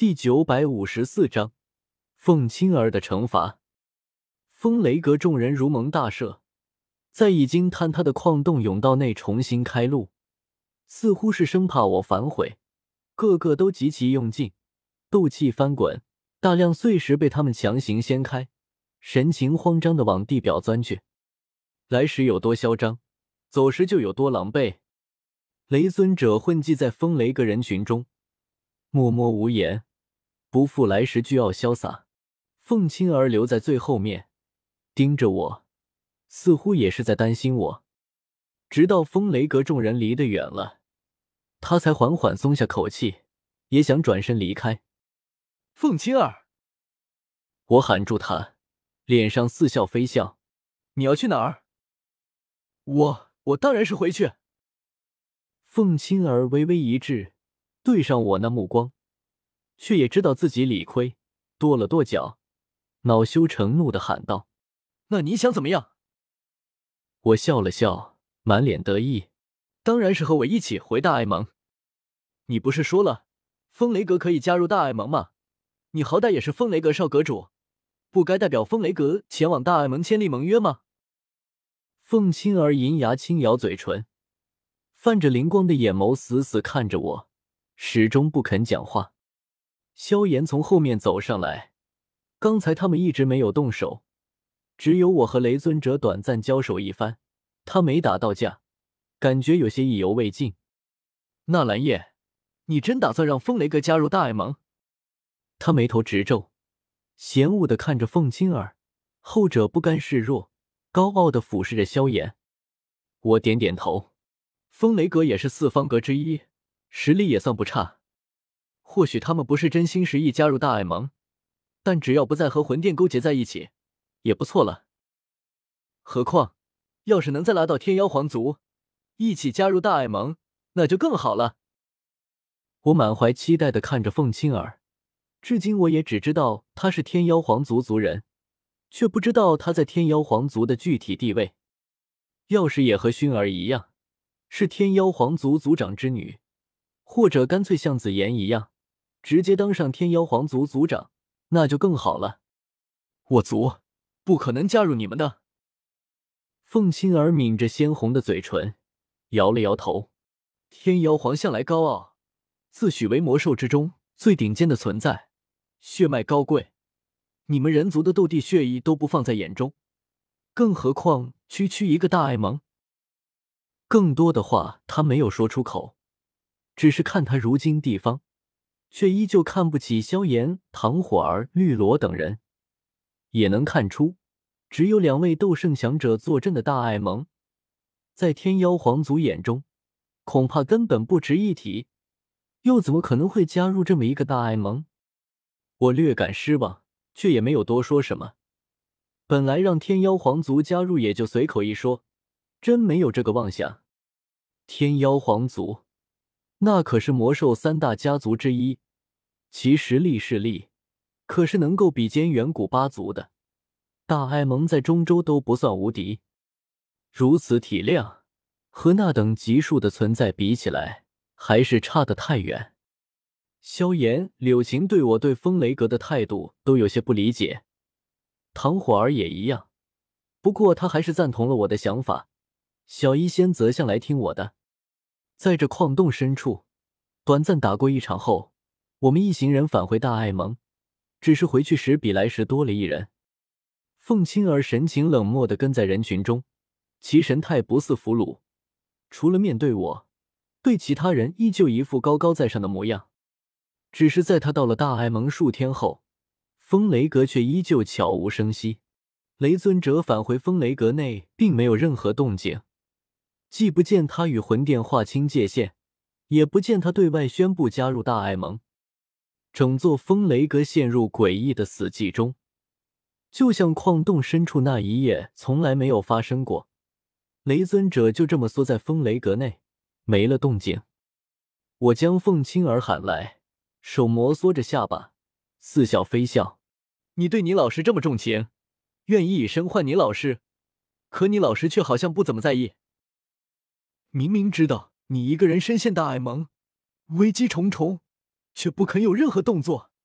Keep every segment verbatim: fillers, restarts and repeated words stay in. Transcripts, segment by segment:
第九百五十四章凤青儿的惩罚。风雷阁众人如蒙大赦，在已经坍塌的矿洞甬道内重新开路，似乎是生怕我反悔，个个都极其用劲，斗气翻滚，大量碎石被他们强行掀开，神情慌张地往地表钻去。来时有多嚣张，走时就有多狼狈。雷尊者混迹在风雷阁人群中，默默无言，不负来时倨傲潇洒。凤青儿留在最后面，盯着我，似乎也是在担心我。直到风雷阁众人离得远了，他才缓缓松下口气，也想转身离开。凤青儿，我喊住他，脸上似笑非笑。你要去哪儿？我我当然是回去。凤青儿微微一滞，对上我那目光，却也知道自己理亏，跺了跺脚，恼羞成怒地喊道：那你想怎么样？我笑了笑，满脸得意，当然是和我一起回大爱盟。你不是说了风雷阁可以加入大爱盟吗？你好歹也是风雷阁少阁主，不该代表风雷阁前往大爱盟签立盟约吗？凤青儿银牙轻咬嘴唇，泛着灵光的眼眸死死看着我，始终不肯讲话。萧炎从后面走上来，刚才他们一直没有动手，只有我和雷尊者短暂交手一番，他没打到架，感觉有些意犹未尽。纳兰叶，你真打算让风雷阁加入大爱盟？他眉头直皱，嫌恶地看着凤青儿，后者不甘示弱，高傲地俯视着萧炎。我点点头，风雷阁也是四方阁之一，实力也算不差。或许他们不是真心实意加入大爱盟，但只要不再和魂殿勾结在一起，也不错了。何况，要是能再拉到天妖皇族，一起加入大爱盟，那就更好了。我满怀期待地看着凤青儿，至今我也只知道她是天妖皇族族人，却不知道她在天妖皇族的具体地位。要是也和薰儿一样，是天妖皇族族长之女，或者干脆像紫妍一样，直接当上天妖皇族族长，那就更好了。我族不可能加入你们的。凤青儿抿着鲜红的嘴唇，摇了摇头。天妖皇向来高傲，自诩为魔兽之中最顶尖的存在，血脉高贵，你们人族的斗帝血裔都不放在眼中，更何况区区一个大爱盟。更多的话他没有说出口，只是看他如今地方，却依旧看不起萧炎、唐火儿、绿萝等人，也能看出只有两位斗圣强者坐镇的大爱盟，在天妖皇族眼中恐怕根本不值一提，又怎么可能会加入这么一个大爱盟？我略感失望，却也没有多说什么。本来让天妖皇族加入也就随口一说，真没有这个妄想。天妖皇族那可是魔兽三大家族之一，其实力势力可是能够比肩远古八族的，大爱盟在中州都不算无敌。如此体量，和那等级数的存在比起来，还是差得太远。萧炎、柳晴对我对风雷阁的态度都有些不理解，唐火儿也一样，不过他还是赞同了我的想法。小医仙则向来听我的。在这矿洞深处短暂打过一场后，我们一行人返回大爱盟，只是回去时比来时多了一人。凤青儿神情冷漠地跟在人群中，其神态不似俘虏，除了面对我，对其他人依旧一副高高在上的模样。只是在他到了大爱盟数天后，风雷阁却依旧悄无声息。雷尊者返回风雷阁内并没有任何动静，既不见他与魂殿划清界限，也不见他对外宣布加入大爱盟。整座风雷阁陷入诡异的死寂中，就像矿洞深处那一夜从来没有发生过。雷尊者就这么缩在风雷阁内，没了动静。我将凤青儿喊来，手摩挲着下巴，似笑非笑。你对你老师这么重情，愿意以身换你老师，可你老师却好像不怎么在意。明明知道你一个人深陷大爱盟，危机重重，却不肯有任何动作。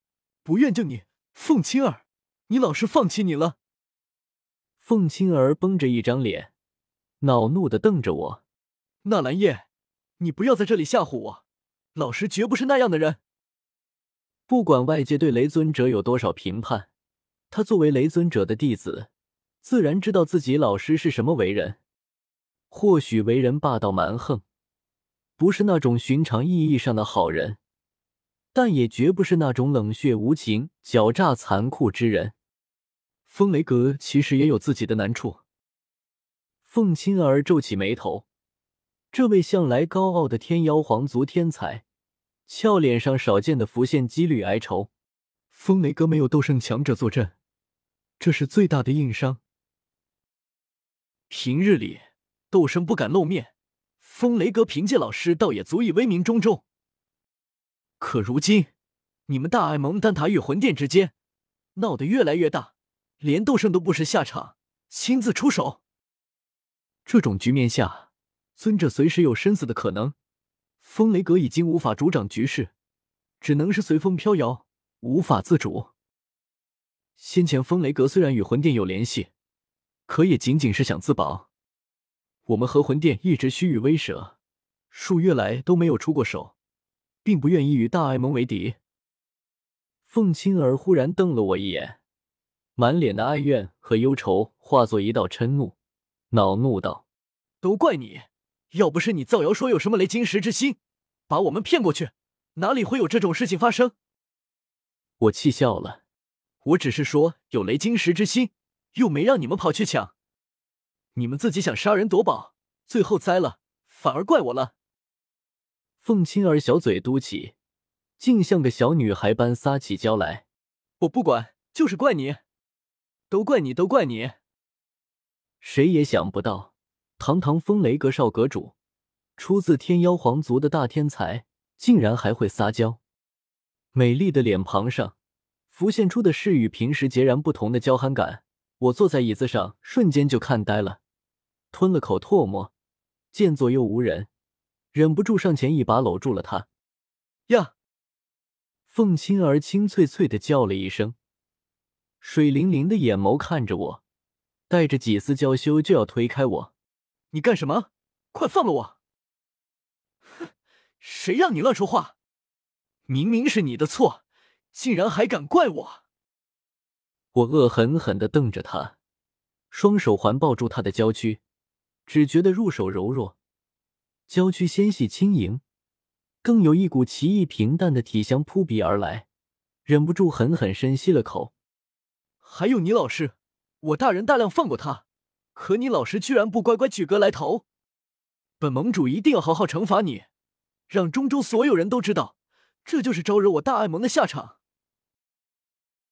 不愿救你，凤青儿，你老师放弃你了。 凤青儿绷着一张脸，恼怒地瞪着我。 纳兰叶，你不要在这里吓唬我，老师绝不是那样的人。 不管外界对雷尊者有多少评判，他作为雷尊者的弟子，自然知道自己老师是什么为人。或许为人霸道蛮横，不是那种寻常意义上的好人，但也绝不是那种冷血无情、狡诈残酷之人。 风雷阁其实也有自己的难处。 凤青儿皱起眉头，这位向来高傲的天妖皇族天才，俏脸上少见的浮现几缕哀愁。 风雷阁没有斗圣强者坐镇，这是最大的硬伤。平日里斗圣不敢露面，风雷阁凭借老师倒也足以威名中众。可如今你们大爱盟丹塔与魂殿之间闹得越来越大，连斗圣都不识下场，亲自出手。这种局面下，尊者随时有生死的可能。风雷阁已经无法主掌局势，只能是随风飘摇，无法自主。先前风雷阁虽然与魂殿有联系，可也仅仅是想自保。我们和魂殿一直虚与委蛇，数月来都没有出过手，并不愿意与大爱盟为敌。 凤青儿忽然瞪了我一眼，满脸的哀怨和忧愁化作一道嗔怒，恼怒道： 都怪你，要不是你造谣说有什么雷晶石之心，把我们骗过去，哪里会有这种事情发生？ 我气笑了， 我只是说有雷晶石之心，又没让你们跑去抢。你们自己想杀人夺宝，最后栽了，反而怪我了。 凤青儿小嘴嘟起，竟像个小女孩般撒起娇来。 我不管，就是怪你，都怪你，都怪你。 谁也想不到，堂堂风雷阁少阁主，出自天妖皇族的大天才，竟然还会撒娇。美丽的脸庞上浮现出的是与平时截然不同的娇憨感。我坐在椅子上，瞬间就看呆了，吞了口唾沫，见左右无人，忍不住上前一把搂住了她。 呀！ 凤青儿清脆脆地叫了一声，水灵灵的眼眸看着我，带着几丝娇羞就要推开我。 你干什么？快放了我！哼，谁让你乱说话？明明是你的错，竟然还敢怪我！ 我恶狠狠地瞪着他，双手环抱住他的娇躯，只觉得入手柔弱，娇躯纤细轻盈，更有一股奇异平淡的体香扑鼻而来，忍不住狠狠深吸了口。 还有你老师，我大人大量放过他，可你老师居然不乖乖举戈来投，本盟主一定要好好惩罚你，让中州所有人都知道，这就是招惹我大爱盟的下场。